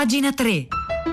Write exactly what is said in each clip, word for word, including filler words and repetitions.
Pagina tre.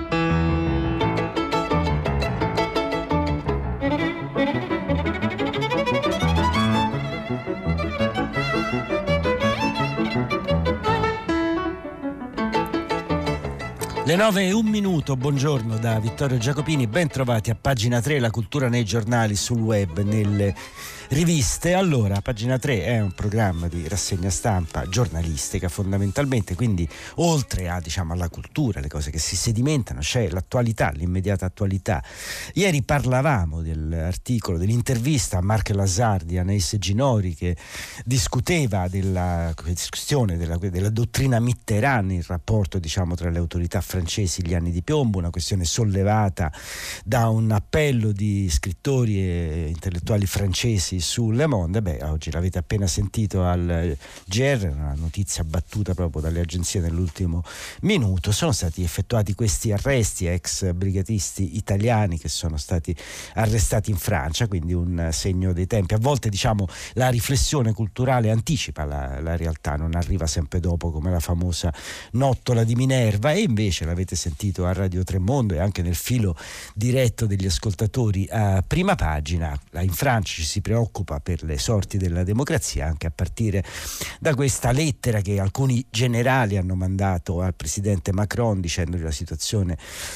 Le nove e un minuto, buongiorno da Vittorio Giacopini, ben trovati a Pagina tre, la cultura nei giornali, sul web, nelle riviste. Allora, Pagina tre è un programma di rassegna stampa giornalistica fondamentalmente, quindi oltre a, diciamo, alla cultura, le cose che si sedimentano, c'è l'attualità, l'immediata attualità. Ieri parlavamo dell'articolo, dell'intervista a Marc Lazardi, Anaïs Ginori, che discuteva della questione della, della dottrina Mitterrand, il rapporto, diciamo, tra le autorità francesi, gli anni di piombo, una questione sollevata da un appello di scrittori e intellettuali francesi su Le Monde. Beh, oggi l'avete appena sentito al G R, una notizia battuta proprio dalle agenzie nell'ultimo minuto. Sono stati effettuati questi arresti, ex brigatisti italiani che sono stati arrestati in Francia, quindi un segno dei tempi. A volte, diciamo, la riflessione culturale anticipa la, la realtà, non arriva sempre dopo, come la famosa nottola di Minerva. E invece l'avete sentito a Radio Tremondo e anche nel filo diretto degli ascoltatori a Prima Pagina. In Francia ci si preoccupa per le sorti della democrazia, anche a partire da questa lettera che alcuni generali hanno mandato al presidente Macron, dicendo che la situazione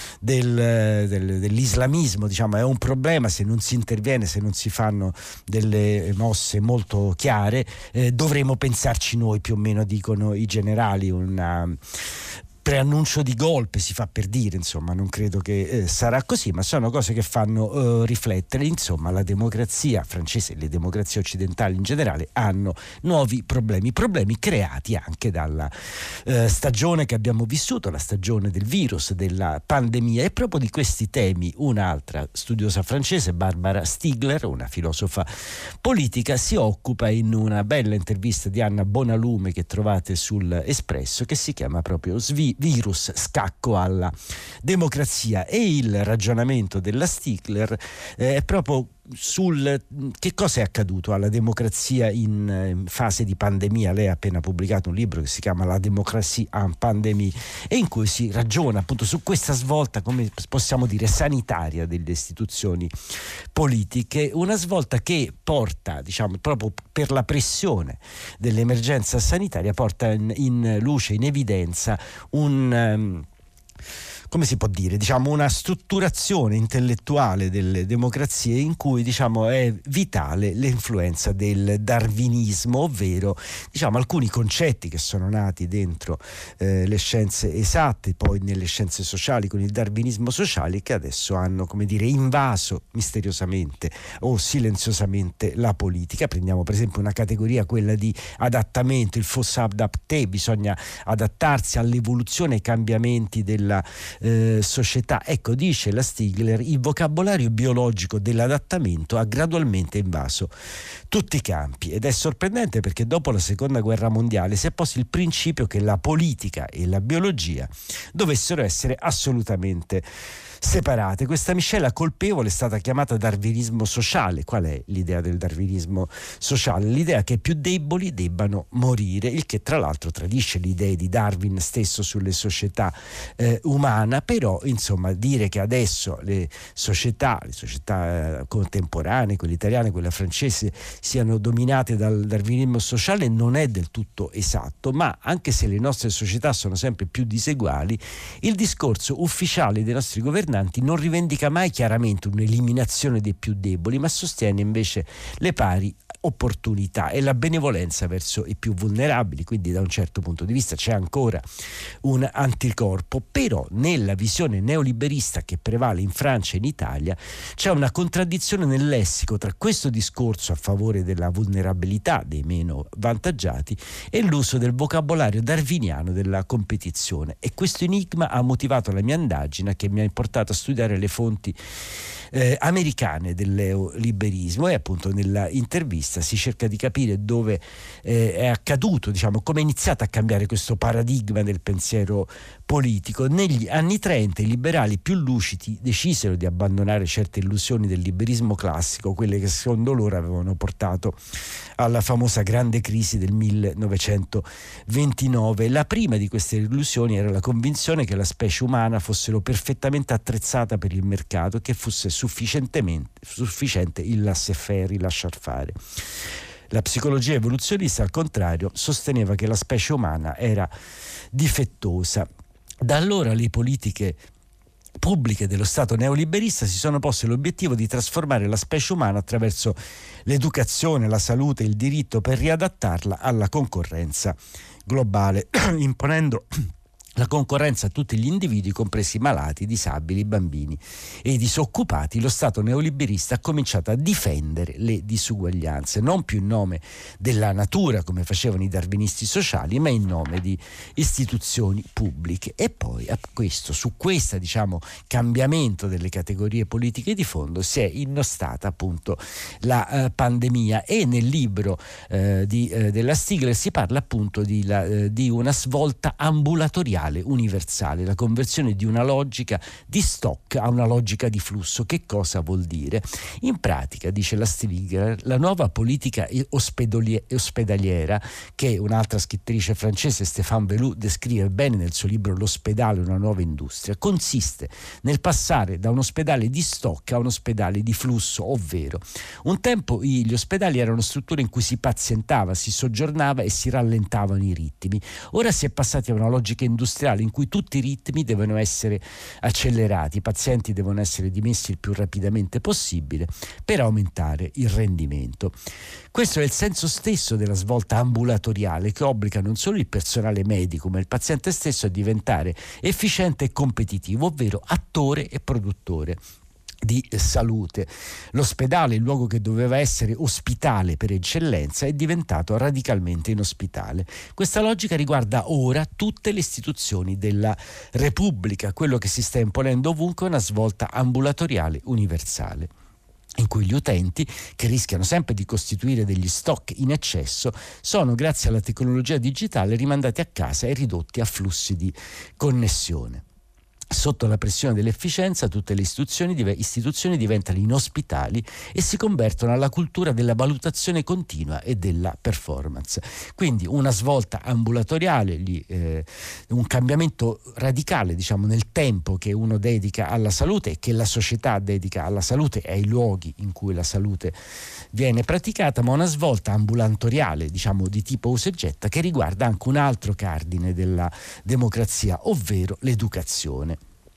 del, del, dell'islamismo, diciamo, è un problema. Se non si interviene, se non si fanno delle mosse molto chiare, eh, dovremo pensarci noi, più o meno dicono i generali. Una preannuncio di golpe, si fa per dire, insomma, non credo che eh, sarà così, ma sono cose che fanno eh, riflettere. Insomma, la democrazia francese e le democrazie occidentali in generale hanno nuovi problemi, problemi creati anche dalla eh, stagione che abbiamo vissuto, la stagione del virus, della pandemia. E proprio di questi temi un'altra studiosa francese, Barbara Stiegler, una filosofa politica, si occupa in una bella intervista di Anna Bonalume che trovate sul Espresso, che si chiama proprio Svi virus, scacco alla democrazia. E il ragionamento della Stiegler eh, è proprio sul che cosa è accaduto alla democrazia in, in fase di pandemia. Lei ha appena pubblicato un libro che si chiama La démocratie en pandémie, e in cui si ragiona appunto su questa svolta, come possiamo dire, sanitaria delle istituzioni politiche, una svolta che porta, diciamo, proprio per la pressione dell'emergenza sanitaria, porta in, in luce, in evidenza un um, come si può dire, diciamo, una strutturazione intellettuale delle democrazie in cui, diciamo, è vitale l'influenza del darwinismo, ovvero, diciamo, alcuni concetti che sono nati dentro eh, le scienze esatte, poi nelle scienze sociali con il darwinismo sociale, che adesso hanno, come dire, invaso misteriosamente o silenziosamente la politica. Prendiamo per esempio una categoria, quella di adattamento, il faut s'adapter, bisogna adattarsi all'evoluzione e ai cambiamenti della Eh, società. Ecco, dice la Stiegler, il vocabolario biologico dell'adattamento ha gradualmente invaso tutti i campi, ed è sorprendente perché dopo la seconda guerra mondiale si è posto il principio che la politica e la biologia dovessero essere assolutamente separate. Questa miscela colpevole è stata chiamata darwinismo sociale. Qual è l'idea del darwinismo sociale? L'idea che i più deboli debbano morire, il che tra l'altro tradisce le idee di Darwin stesso sulle società eh, umane. Però, insomma, dire che adesso le società, le società eh, contemporanee, quelle italiane, quella francese, siano dominate dal darwinismo sociale non è del tutto esatto. Ma anche se le nostre società sono sempre più diseguali, il discorso ufficiale dei nostri governanti non rivendica mai chiaramente un'eliminazione dei più deboli, ma sostiene invece le pari opportunità e la benevolenza verso i più vulnerabili. Quindi da un certo punto di vista c'è ancora un anticorpo. Però nella visione neoliberista che prevale in Francia e in Italia c'è una contraddizione nel lessico tra questo discorso a favore della vulnerabilità dei meno vantaggiati e l'uso del vocabolario darwiniano della competizione. E questo enigma ha motivato la mia indagine, che mi ha portato a studiare le fonti eh, americane del neoliberismo, e appunto nella intervista si cerca di capire dove eh, è accaduto, diciamo, come è iniziato a cambiare questo paradigma del pensiero politico. Negli anni trenta i liberali più lucidi decisero di abbandonare certe illusioni del liberismo classico, quelle che secondo loro avevano portato alla famosa grande crisi del millenovecentoventinove. La prima di queste illusioni era la convinzione che la specie umana fosse perfettamente attrezzata per il mercato e che fosse sufficientemente sufficiente il laissez-faire, il lasciar fare. La psicologia evoluzionista, al contrario, sosteneva che la specie umana era difettosa. Da allora le politiche pubbliche dello Stato neoliberista si sono poste l'obiettivo di trasformare la specie umana attraverso l'educazione, la salute e il diritto, per riadattarla alla concorrenza globale, imponendo la concorrenza a tutti gli individui, compresi malati, disabili, bambini e i disoccupati. Lo Stato neoliberista ha cominciato a difendere le disuguaglianze, non più in nome della natura come facevano i darwinisti sociali, ma in nome di istituzioni pubbliche. E poi a questo, su questo diciamo cambiamento delle categorie politiche di fondo si è innostata appunto la eh, pandemia, e nel libro eh, di, eh, della Stigler si parla appunto di, la, eh, di una svolta ambulatoriale universale, la conversione di una logica di stock a una logica di flusso. Che cosa vuol dire? In pratica, dice la Stigler, la nuova politica ospedaliera, che un'altra scrittrice francese, Stéphane Velou, descrive bene nel suo libro L'ospedale, una nuova industria, consiste nel passare da un ospedale di stock a un ospedale di flusso, ovvero un tempo gli ospedali erano strutture in cui si pazientava, si soggiornava e si rallentavano i ritmi. Ora si è passati a una logica industriale in cui tutti i ritmi devono essere accelerati, i pazienti devono essere dimessi il più rapidamente possibile per aumentare il rendimento. Questo è il senso stesso della svolta ambulatoriale, che obbliga non solo il personale medico ma il paziente stesso a diventare efficiente e competitivo, ovvero attore e produttore di salute. L'ospedale, il luogo che doveva essere ospitale per eccellenza, è diventato radicalmente inospitale. Questa logica riguarda ora tutte le istituzioni della Repubblica. Quello che si sta imponendo ovunque è una svolta ambulatoriale universale, in cui gli utenti, che rischiano sempre di costituire degli stock in eccesso, sono, grazie alla tecnologia digitale, rimandati a casa e ridotti a flussi di connessione. Sotto la pressione dell'efficienza tutte le istituzioni, istituzioni diventano inospitali e si convertono alla cultura della valutazione continua e della performance. Quindi una svolta ambulatoriale, gli, eh, un cambiamento radicale, diciamo, nel tempo che uno dedica alla salute e che la società dedica alla salute e ai luoghi in cui la salute viene praticata, ma una svolta ambulatoriale, diciamo, di tipo usa e getta, che riguarda anche un altro cardine della democrazia, ovvero l'educazione.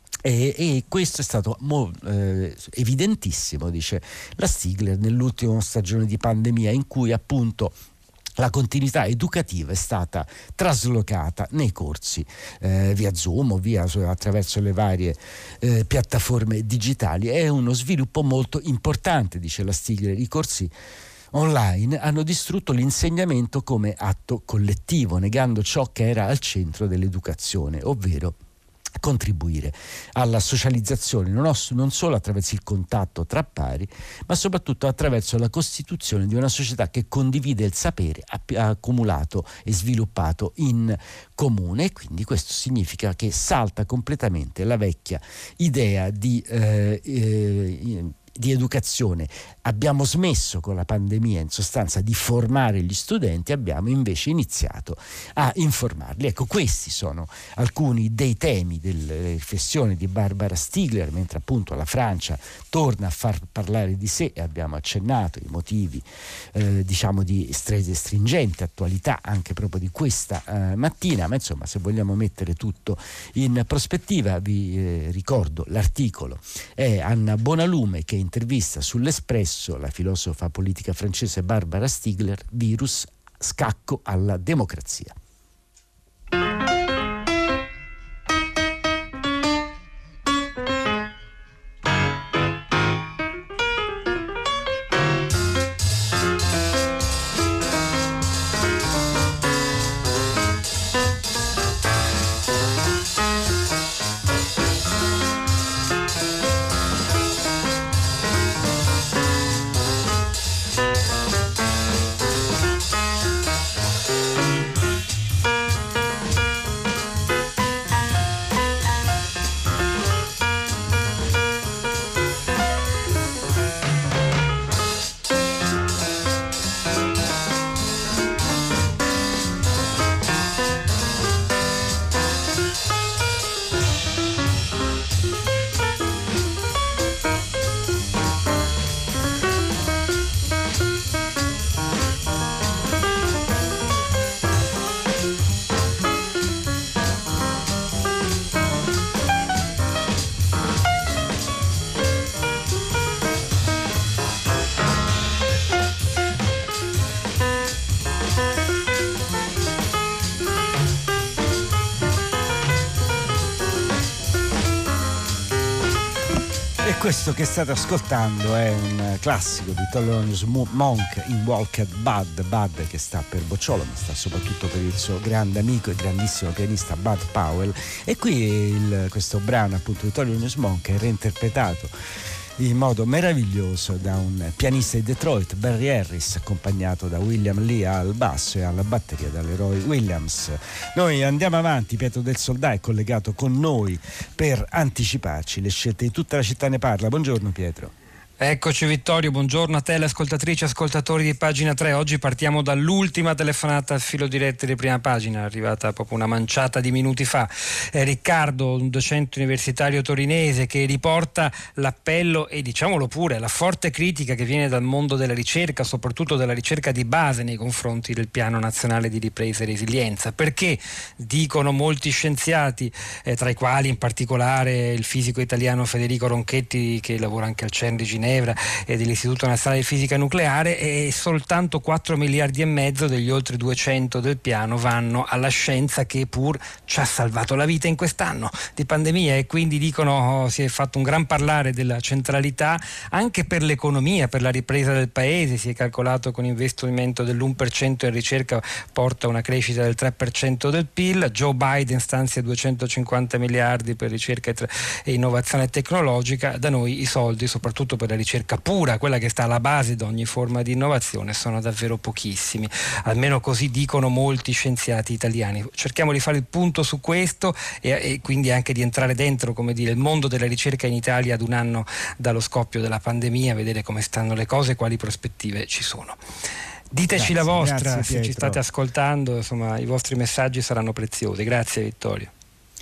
E, e questo è stato mo, eh, evidentissimo, dice la Stigler, nell'ultima stagione di pandemia, in cui appunto la continuità educativa è stata traslocata nei corsi eh, via Zoom o via attraverso le varie eh, piattaforme digitali. È uno sviluppo molto importante, dice la Stigler. I corsi online hanno distrutto l'insegnamento come atto collettivo, negando ciò che era al centro dell'educazione, ovvero contribuire alla socializzazione non, non solo attraverso il contatto tra pari, ma soprattutto attraverso la costituzione di una società che condivide il sapere accumulato e sviluppato in comune. E quindi questo significa che salta completamente la vecchia idea di eh, eh, di educazione. Abbiamo smesso con la pandemia in sostanza di formare gli studenti, abbiamo invece iniziato a informarli. Ecco, questi sono alcuni dei temi delle riflessioni di Barbara Stigler, mentre appunto la Francia torna a far parlare di sé, e abbiamo accennato i motivi eh, diciamo di stringente attualità anche proprio di questa eh, mattina. Ma insomma, se vogliamo mettere tutto in prospettiva, vi eh, ricordo l'articolo, è Anna Bonalume che intervista sull'Espresso la filosofa politica francese Barbara Stigler, virus, scacco alla democrazia. E questo che state ascoltando è un classico di Thelonious Monk in Walked Bud, Bud che sta per Bocciolo, ma sta soprattutto per il suo grande amico e grandissimo pianista Bud Powell. E qui il, questo brano appunto di Thelonious Monk è reinterpretato in modo meraviglioso da un pianista di Detroit, Barry Harris, accompagnato da William Lee al basso e alla batteria da Leroy Williams. Noi andiamo avanti, Pietro del Soldà è collegato con noi per anticiparci le scelte di Tutta la città ne parla. Buongiorno Pietro. Eccoci Vittorio, buongiorno a te, le ascoltatrici e ascoltatori di Pagina tre. Oggi partiamo dall'ultima telefonata al filo diretto di Prima Pagina, arrivata proprio una manciata di minuti fa. Eh, Riccardo, un docente universitario torinese che riporta l'appello e diciamolo pure la forte critica che viene dal mondo della ricerca, soprattutto della ricerca di base nei confronti del Piano Nazionale di Ripresa e Resilienza. Perché, dicono molti scienziati, eh, tra i quali in particolare il fisico italiano Federico Ronchetti, che lavora anche al CERN di Ginevra e dell'Istituto Nazionale di Fisica Nucleare, e soltanto quattro miliardi e mezzo degli oltre duecento del piano vanno alla scienza, che pur ci ha salvato la vita in quest'anno di pandemia. E quindi dicono oh, si è fatto un gran parlare della centralità anche per l'economia, per la ripresa del paese. Si è calcolato con investimento dell'uno per cento in ricerca porta una crescita del tre per cento del P I L. Joe Biden stanzia duecentocinquanta miliardi per ricerca e innovazione tecnologica. Da noi i soldi, soprattutto per la ricerca pura, quella che sta alla base di ogni forma di innovazione, sono davvero pochissimi, almeno così dicono molti scienziati italiani. Cerchiamo di fare il punto su questo e, e quindi anche di entrare dentro, come dire, il mondo della ricerca in Italia ad un anno dallo scoppio della pandemia, vedere come stanno le cose e quali prospettive ci sono. Diteci grazie, la vostra, grazie, se ci state ascoltando, insomma i vostri messaggi saranno preziosi. Grazie Vittorio.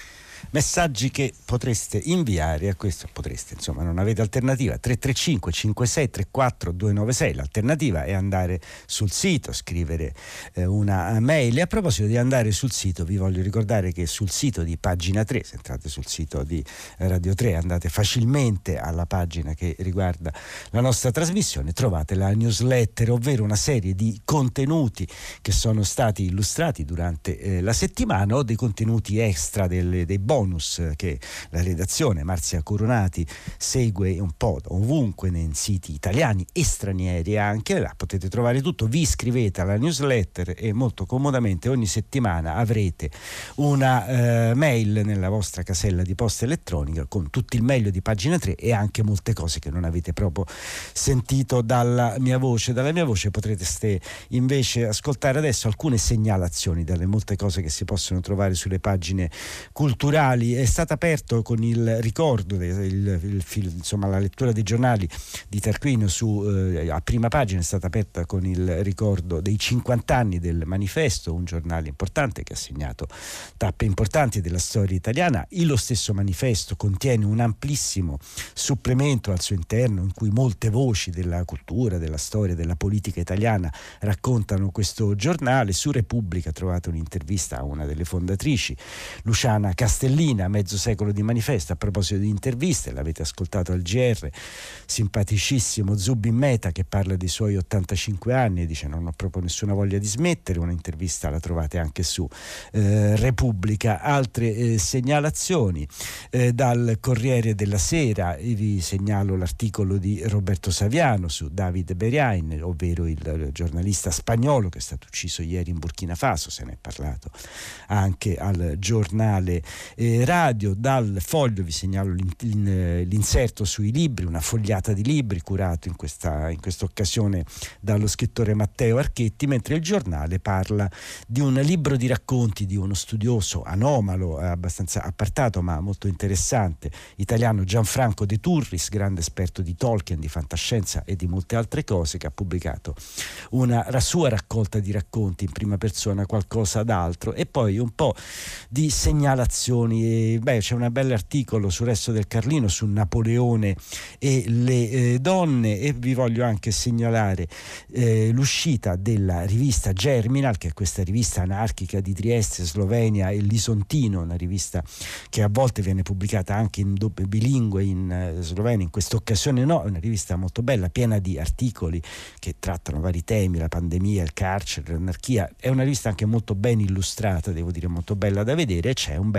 Messaggi che potreste inviare a questo, potreste, insomma, non avete alternativa. Tre tre cinque cinque sei tre quattro due nove sei. L'alternativa è andare sul sito, scrivere eh, una mail. E a proposito di andare sul sito, vi voglio ricordare che sul sito di Pagina tre, se entrate sul sito di Radio tre, andate facilmente alla pagina che riguarda la nostra trasmissione, trovate la newsletter, ovvero una serie di contenuti che sono stati illustrati durante eh, la settimana, o dei contenuti extra, delle, dei bonus che la redazione Marzia Coronati segue un po' ovunque nei siti italiani e stranieri anche. Là potete trovare tutto, vi iscrivete alla newsletter e molto comodamente ogni settimana avrete una eh, mail nella vostra casella di posta elettronica con tutto il meglio di Pagina tre e anche molte cose che non avete proprio sentito dalla mia voce. Dalla mia voce potrete invece ascoltare adesso alcune segnalazioni dalle molte cose che si possono trovare sulle pagine culturali. È stato aperto con il ricordo, il, il, il, insomma la lettura dei giornali di Tarquinio su, eh, a Prima Pagina è stata aperta con il ricordo dei cinquanta anni del Manifesto, un giornale importante che ha segnato tappe importanti della storia italiana. E lo stesso Manifesto contiene un amplissimo supplemento al suo interno in cui molte voci della cultura, della storia, della politica italiana raccontano questo giornale. Su Repubblica trovate un'intervista a una delle fondatrici, Luciana Castellini, mezzo secolo di Manifesto. A proposito di interviste, l'avete ascoltato al G R, simpaticissimo Zubin Mehta che parla dei suoi ottantacinque anni e dice non ho proprio nessuna voglia di smettere. Un'intervista la trovate anche su eh, Repubblica. Altre eh, segnalazioni eh, dal Corriere della Sera, e vi segnalo l'articolo di Roberto Saviano su David Beriain, ovvero il, il giornalista spagnolo che è stato ucciso ieri in Burkina Faso. Se ne è parlato anche al giornale eh, radio. Dal Foglio vi segnalo l'inserto sui libri, una fogliata di libri curato in questa in questa occasione dallo scrittore Matteo Archetti, mentre il giornale parla di un libro di racconti di uno studioso anomalo, abbastanza appartato ma molto interessante, italiano, Gianfranco De Turris, grande esperto di Tolkien, di fantascienza e di molte altre cose, che ha pubblicato una la sua raccolta di racconti in prima persona, Qualcosa d'altro. E poi un po' di segnalazioni. E, beh, c'è un bell'articolo sul Resto del Carlino su Napoleone e le eh, donne, e vi voglio anche segnalare eh, l'uscita della rivista Germinal, che è questa rivista anarchica di Trieste, Slovenia, e l'Isontino, una rivista che a volte viene pubblicata anche in bilingue in eh, sloveno. In questa occasione no, è una rivista molto bella, piena di articoli che trattano vari temi, la pandemia, il carcere, l'anarchia. È una rivista anche molto ben illustrata, devo dire, molto bella da vedere. C'è un bel articolo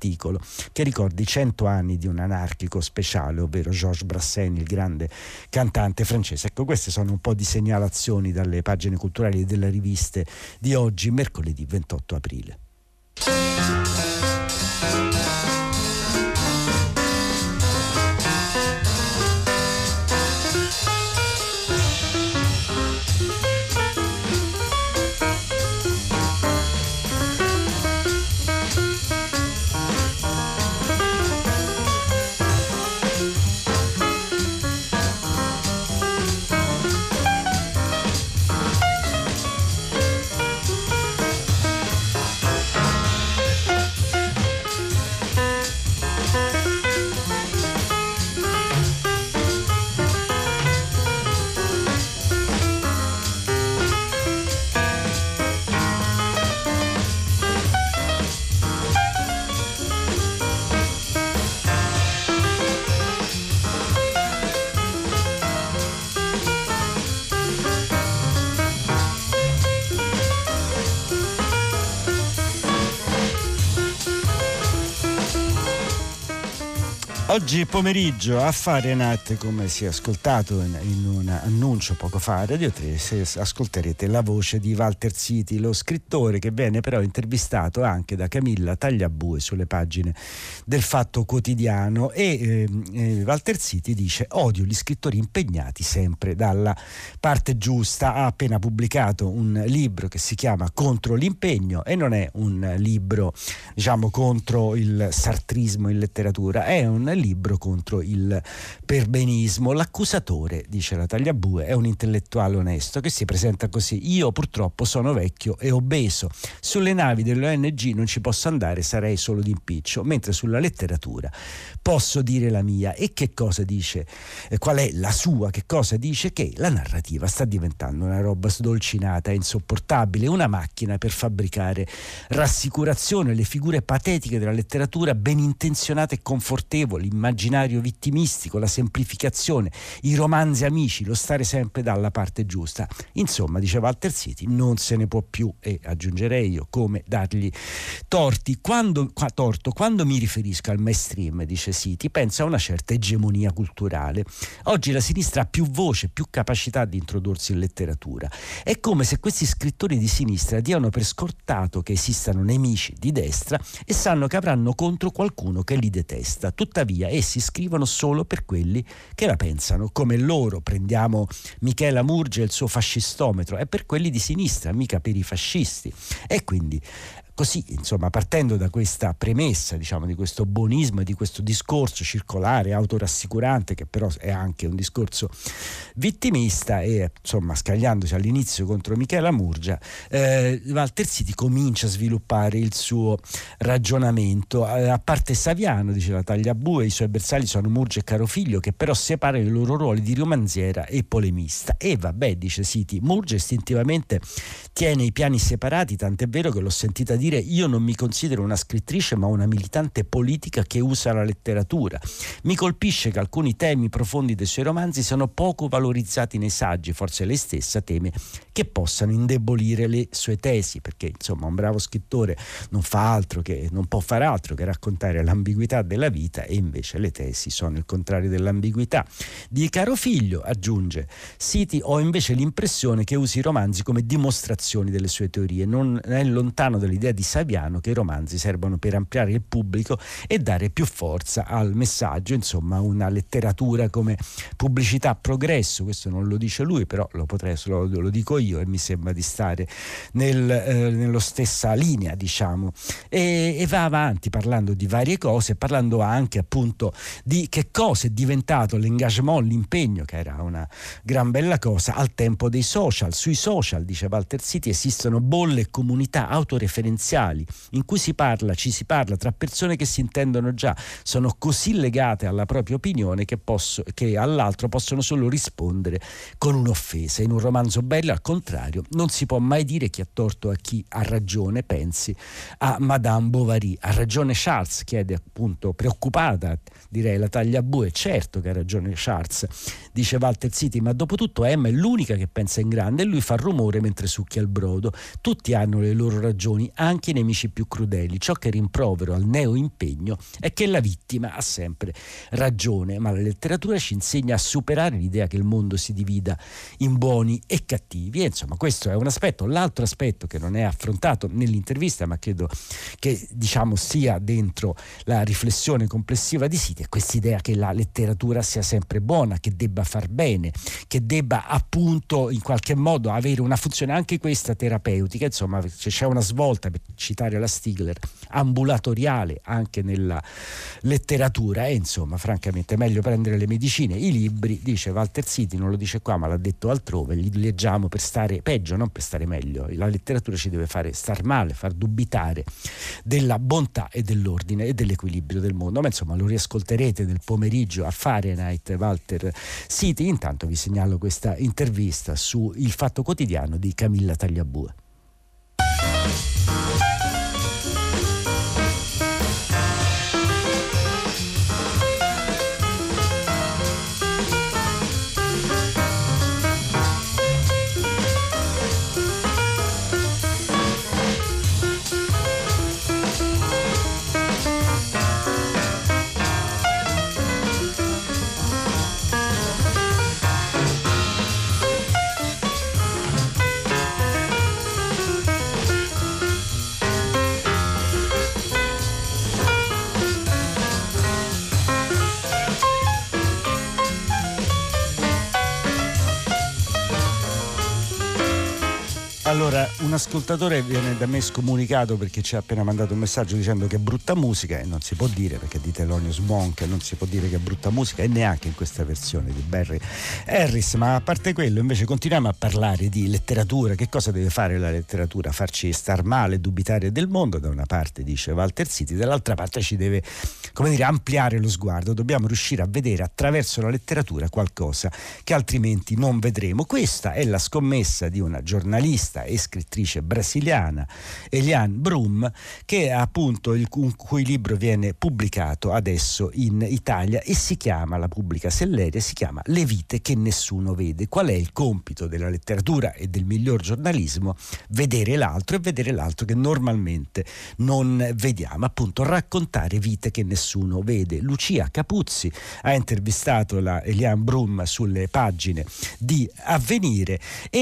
articolo che ricorda i cento anni di un anarchico speciale, ovvero Georges Brassens, il grande cantante francese. Ecco, queste sono un po' di segnalazioni dalle pagine culturali delle riviste di oggi, mercoledì ventotto aprile. Oggi pomeriggio a Fahrenheit, come si è ascoltato in, in un annuncio poco fa a Radio tre, ascolterete la voce di Walter Siti, lo scrittore che viene però intervistato anche da Camilla Tagliabue sulle pagine del Fatto Quotidiano. E eh, Walter Siti dice: odio gli scrittori impegnati sempre dalla parte giusta. Ha appena pubblicato un libro che si chiama Contro l'impegno, e non è un libro, diciamo, contro il sartrismo in letteratura, è un libro contro il perbenismo. L'accusatore, dice la Tagliabue, è un intellettuale onesto che si presenta così: io purtroppo sono vecchio e obeso, sulle navi delle O N G non ci posso andare, sarei solo d'impiccio, mentre sulla letteratura posso dire la mia. E che cosa dice? Eh, qual è la sua? Che cosa dice? Che la narrativa sta diventando una roba sdolcinata e insopportabile, una macchina per fabbricare rassicurazione, le figure patetiche della letteratura ben intenzionate e confortevoli, l'immaginario vittimistico, la semplificazione, i romanzi amici, lo stare sempre dalla parte giusta. Insomma, dice Walter Siti, non se ne può più, e aggiungerei io come dargli torti. Quando, qua, torto, quando mi riferisco al mainstream, dice Siti, penso a una certa egemonia culturale. Oggi la sinistra ha più voce, più capacità di introdursi in letteratura. È come se questi scrittori di sinistra diano per scontato che esistano nemici di destra e sanno che avranno contro qualcuno che li detesta. Tuttavia essi scrivono solo per quelli che la pensano come loro. Prendiamo Michela Murgia e il suo fascistometro, è per quelli di sinistra, mica per i fascisti. E quindi così, insomma, partendo da questa premessa, diciamo, di questo buonismo e di questo discorso circolare, autorassicurante, che però è anche un discorso vittimista, e insomma scagliandosi all'inizio contro Michela Murgia, eh, Walter Siti comincia a sviluppare il suo ragionamento. Eh, a parte Saviano, dice la Tagliabue, i suoi bersagli sono Murgia e Carofiglio, che però separano i loro ruoli di romanziera e polemista. E vabbè, dice Siti, Murgia istintivamente tiene i piani separati, tant'è vero che l'ho sentita dire: io non mi considero una scrittrice ma una militante politica che usa la letteratura. Mi colpisce che alcuni temi profondi dei suoi romanzi sono poco valorizzati nei saggi, forse lei stessa teme che possano indebolire le sue tesi, perché insomma un bravo scrittore non fa altro che non può fare altro che raccontare l'ambiguità della vita, e invece le tesi sono il contrario dell'ambiguità. Di Carofiglio, aggiunge Siti, ho invece l'impressione che usi i romanzi come dimostrazioni delle sue teorie. Non è lontano dall'idea di Saviano che i romanzi servono per ampliare il pubblico e dare più forza al messaggio, insomma una letteratura come pubblicità progresso. Questo non lo dice lui, però lo potrei, lo, lo dico io, e mi sembra di stare nel, eh, nello stessa linea, diciamo, e, e va avanti parlando di varie cose, parlando anche appunto di che cosa è diventato l'engagement, l'impegno, che era una gran bella cosa al tempo dei social. Sui social, dice Walter Siti, esistono bolle e comunità autoreferenziali in cui si parla, ci si parla tra persone che si intendono già, sono così legate alla propria opinione che, posso, che all'altro possono solo rispondere con un'offesa. In un romanzo bello, al contrario, non si può mai dire chi ha torto a chi ha ragione. Pensi a Madame Bovary. Ha ragione Charles? Chiede appunto, preoccupata, direi, la Tagliabue. Certo che ha ragione Charles, dice Walter Siti, ma dopo tutto Emma è l'unica che pensa in grande e lui fa rumore mentre succhia il brodo. Tutti hanno le loro ragioni, anche i nemici più crudeli. Ciò che rimprovero al neo-impegno è che la vittima ha sempre ragione, ma la letteratura ci insegna a superare l'idea che il mondo si divida in buoni e cattivi. E insomma, questo è un aspetto. L'altro aspetto che non è affrontato nell'intervista, ma credo che diciamo sia dentro la riflessione complessiva di Siti, è quest'idea che la letteratura sia sempre buona, che debba far bene, che debba appunto in qualche modo avere una funzione anche questa terapeutica. Insomma, c'è una svolta, per citare la Stigler, ambulatoriale anche nella letteratura. E insomma, francamente, è meglio prendere le medicine. I libri, dice Walter Siti, non lo dice qua ma l'ha detto altrove, li leggiamo per stare peggio, non per stare meglio. La letteratura ci deve fare star male, far dubitare della bontà e dell'ordine e dell'equilibrio del mondo. Ma insomma, lo riascolterete nel pomeriggio a Fahrenheit, Walter Siti. Intanto vi segnalo questa intervista su Il Fatto Quotidiano di Camilla Tagliabue. Allora, un ascoltatore viene da me scomunicato perché ci ha appena mandato un messaggio dicendo che è brutta musica, e non si può dire, perché di Thelonious Monk non si può dire che è brutta musica, e neanche in questa versione di Barry Harris. Ma a parte quello, invece, continuiamo a parlare di letteratura. Che cosa deve fare la letteratura? Farci star male, dubitare del mondo, da una parte, dice Walter Siti, dall'altra parte ci deve, come dire, ampliare lo sguardo. Dobbiamo riuscire a vedere attraverso la letteratura qualcosa che altrimenti non vedremo. Questa è la scommessa di una giornalista e scrittrice brasiliana, Eliane Brum, che appunto il cui libro viene pubblicato adesso in Italia e si chiama, la pubblica Selleria, si chiama Le vite che nessuno vede. Qual è il compito della letteratura e del miglior giornalismo? Vedere l'altro, e vedere l'altro che normalmente non vediamo, appunto raccontare vite che nessuno vede. Lucia Capuzzi ha intervistato la Eliane Brum sulle pagine di Avvenire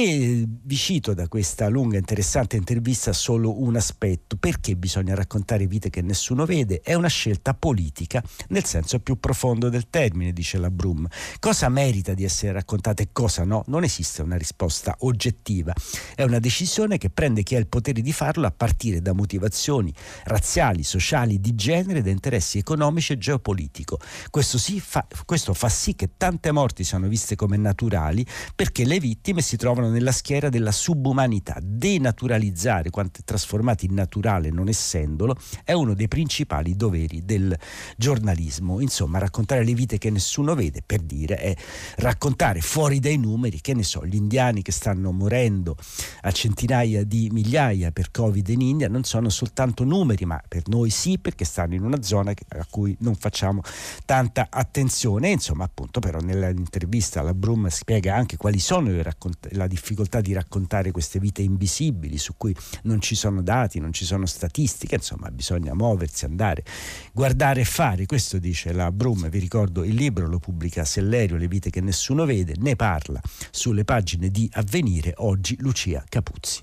e vi cito da questa lunga interessante intervista solo un aspetto: perché bisogna raccontare vite che nessuno vede. È una scelta politica nel senso più profondo del termine, dice la Brum. Cosa merita di essere raccontata e cosa no? Non esiste una risposta oggettiva, è una decisione che prende chi ha il potere di farlo a partire da motivazioni razziali, sociali, di genere, da interessi economici e geopolitico. Questo, si fa, questo fa sì che tante morti siano viste come naturali, perché le vittime si trovano nella schiera della subumanità. Denaturalizzare quanto è trasformato in naturale, non essendolo, è uno dei principali doveri del giornalismo. Insomma, raccontare le vite che nessuno vede, per dire, è raccontare fuori dai numeri, che ne so, gli indiani che stanno morendo a centinaia di migliaia per Covid in India non sono soltanto numeri, ma per noi sì, perché stanno in una zona a cui non facciamo tanta attenzione. Insomma, appunto, però nell'intervista la Brum spiega anche quali sono le raccont- la difficoltà di raccontare queste vite invisibili, su cui non ci sono dati, non ci sono statistiche. Insomma, bisogna muoversi, andare, guardare e fare. Questo dice la Brum. Vi ricordo il libro, lo pubblica Sellerio, Le vite che nessuno vede. Ne parla sulle pagine di Avvenire oggi Lucia Capuzzi.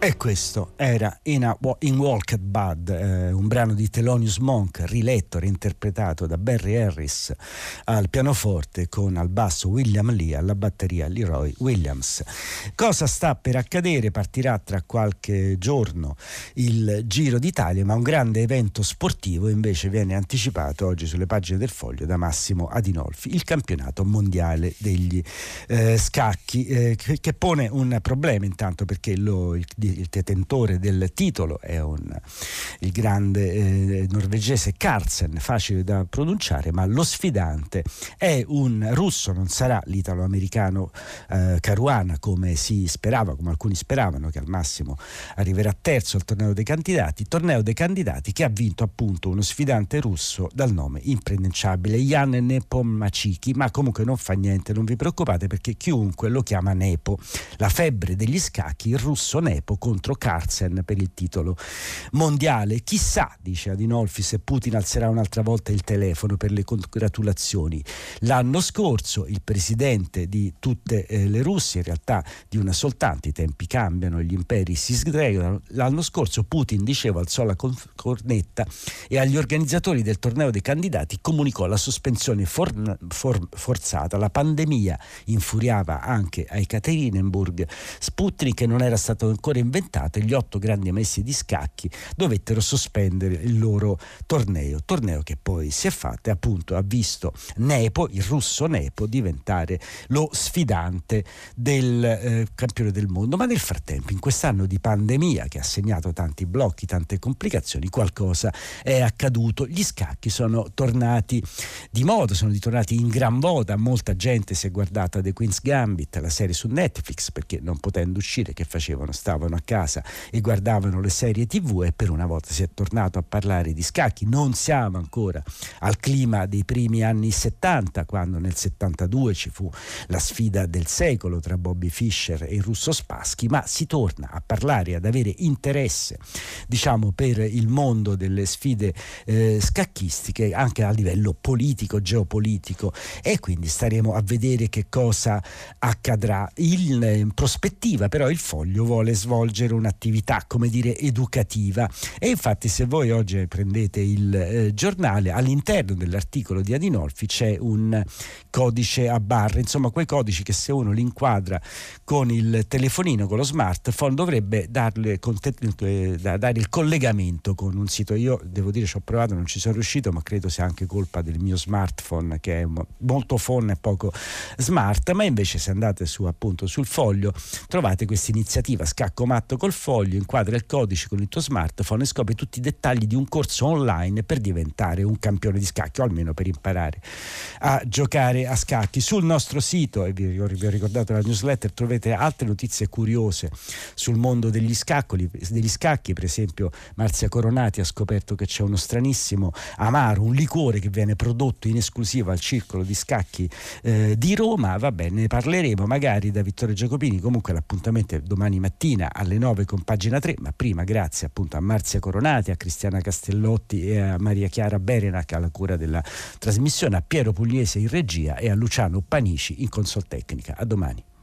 E questo era In, a, in Walked Bud, eh, un brano di Thelonious Monk, riletto, reinterpretato da Barry Harris al pianoforte, con al basso William Lee, alla batteria Leroy Williams. Cosa sta per accadere? Partirà tra qualche giorno il Giro d'Italia, ma un grande evento sportivo invece viene anticipato oggi sulle pagine del Foglio da Massimo Adinolfi, il campionato mondiale degli eh, scacchi, eh, che, che pone un problema intanto, perché lo, il il detentore del titolo è un, il grande eh, norvegese Carlsen, facile da pronunciare, ma lo sfidante è un russo, non sarà l'italo-americano eh, Caruana, come si sperava, come alcuni speravano, che al massimo arriverà terzo al torneo dei candidati, torneo dei candidati che ha vinto appunto uno sfidante russo dal nome impronunciabile Jan Nepomniachtchi, ma comunque non fa niente, non vi preoccupate, perché chiunque lo chiama Nepo, la febbre degli scacchi, il russo Nepo contro Carlsen per il titolo mondiale. Chissà, dice Adinolfi, se Putin alzerà un'altra volta il telefono per le congratulazioni. L'anno scorso il presidente di tutte eh, le Russie, in realtà di una soltanto, i tempi cambiano, gli imperi si sgregano, l'anno scorso Putin, dicevo, alzò la cornetta e agli organizzatori del torneo dei candidati comunicò la sospensione for- for- forzata. La pandemia infuriava anche a Ekaterinburg. Sputnik non era stato ancora inventato e gli otto grandi maestri di scacchi dovettero sospendere il loro torneo, torneo che poi si è fatto e appunto ha visto Nepo, il russo Nepo, diventare lo sfidante del eh, campione del mondo. Ma nel frattempo, in quest'anno di pandemia che ha segnato tanti blocchi, tante complicazioni, qualcosa è accaduto. Gli scacchi sono tornati di moda, sono ritornati in gran voga, molta gente si è guardata The Queen's Gambit, la serie su Netflix, perché non potendo uscire che facevano? Stavano a casa e guardavano le serie tv, e per una volta si è tornato a parlare di scacchi. Non siamo ancora al clima dei primi anni settanta, quando nel settantadue ci fu la sfida del secolo tra Bobby Fischer e il russo Spassky, ma si torna a parlare, ad avere interesse, diciamo, per il mondo delle sfide eh, scacchistiche anche a livello politico, geopolitico, e quindi staremo a vedere che cosa accadrà. In, in prospettiva però il Foglio vuole svolgere un'attività, come dire, educativa, e infatti se voi oggi prendete il eh, giornale, all'interno dell'articolo di Adinolfi c'è un codice a barre, insomma quei codici che se uno li inquadra con il telefonino, con lo smartphone, dovrebbe darle eh, dare il collegamento con un sito. Io devo dire, ci ho provato, non ci sono riuscito, ma credo sia anche colpa del mio smartphone, che è molto phone e poco smart. Ma invece se andate su appunto sul Foglio trovate questa iniziativa Scacco Matto col Foglio, inquadra il codice con il tuo smartphone e scopri tutti i dettagli di un corso online per diventare un campione di scacchi, o almeno per imparare a giocare a scacchi. Sul nostro sito, e vi ho ricordato la newsletter, trovate altre notizie curiose sul mondo degli scaccoli, degli scacchi. Per esempio Marzia Coronati ha scoperto che c'è uno stranissimo amaro, un liquore che viene prodotto in esclusiva al Circolo di Scacchi eh, di Roma. Va bene, ne parleremo magari da Vittorio Giacopini. Comunque l'appuntamento è domani mattina alle nove con Pagina tre, ma prima grazie appunto a Marzia Coronati, a Cristiana Castellotti e a Maria Chiara Berenac alla cura della trasmissione, a Piero Pugliese in regia e a Luciano Panici in consoltecnica. A domani.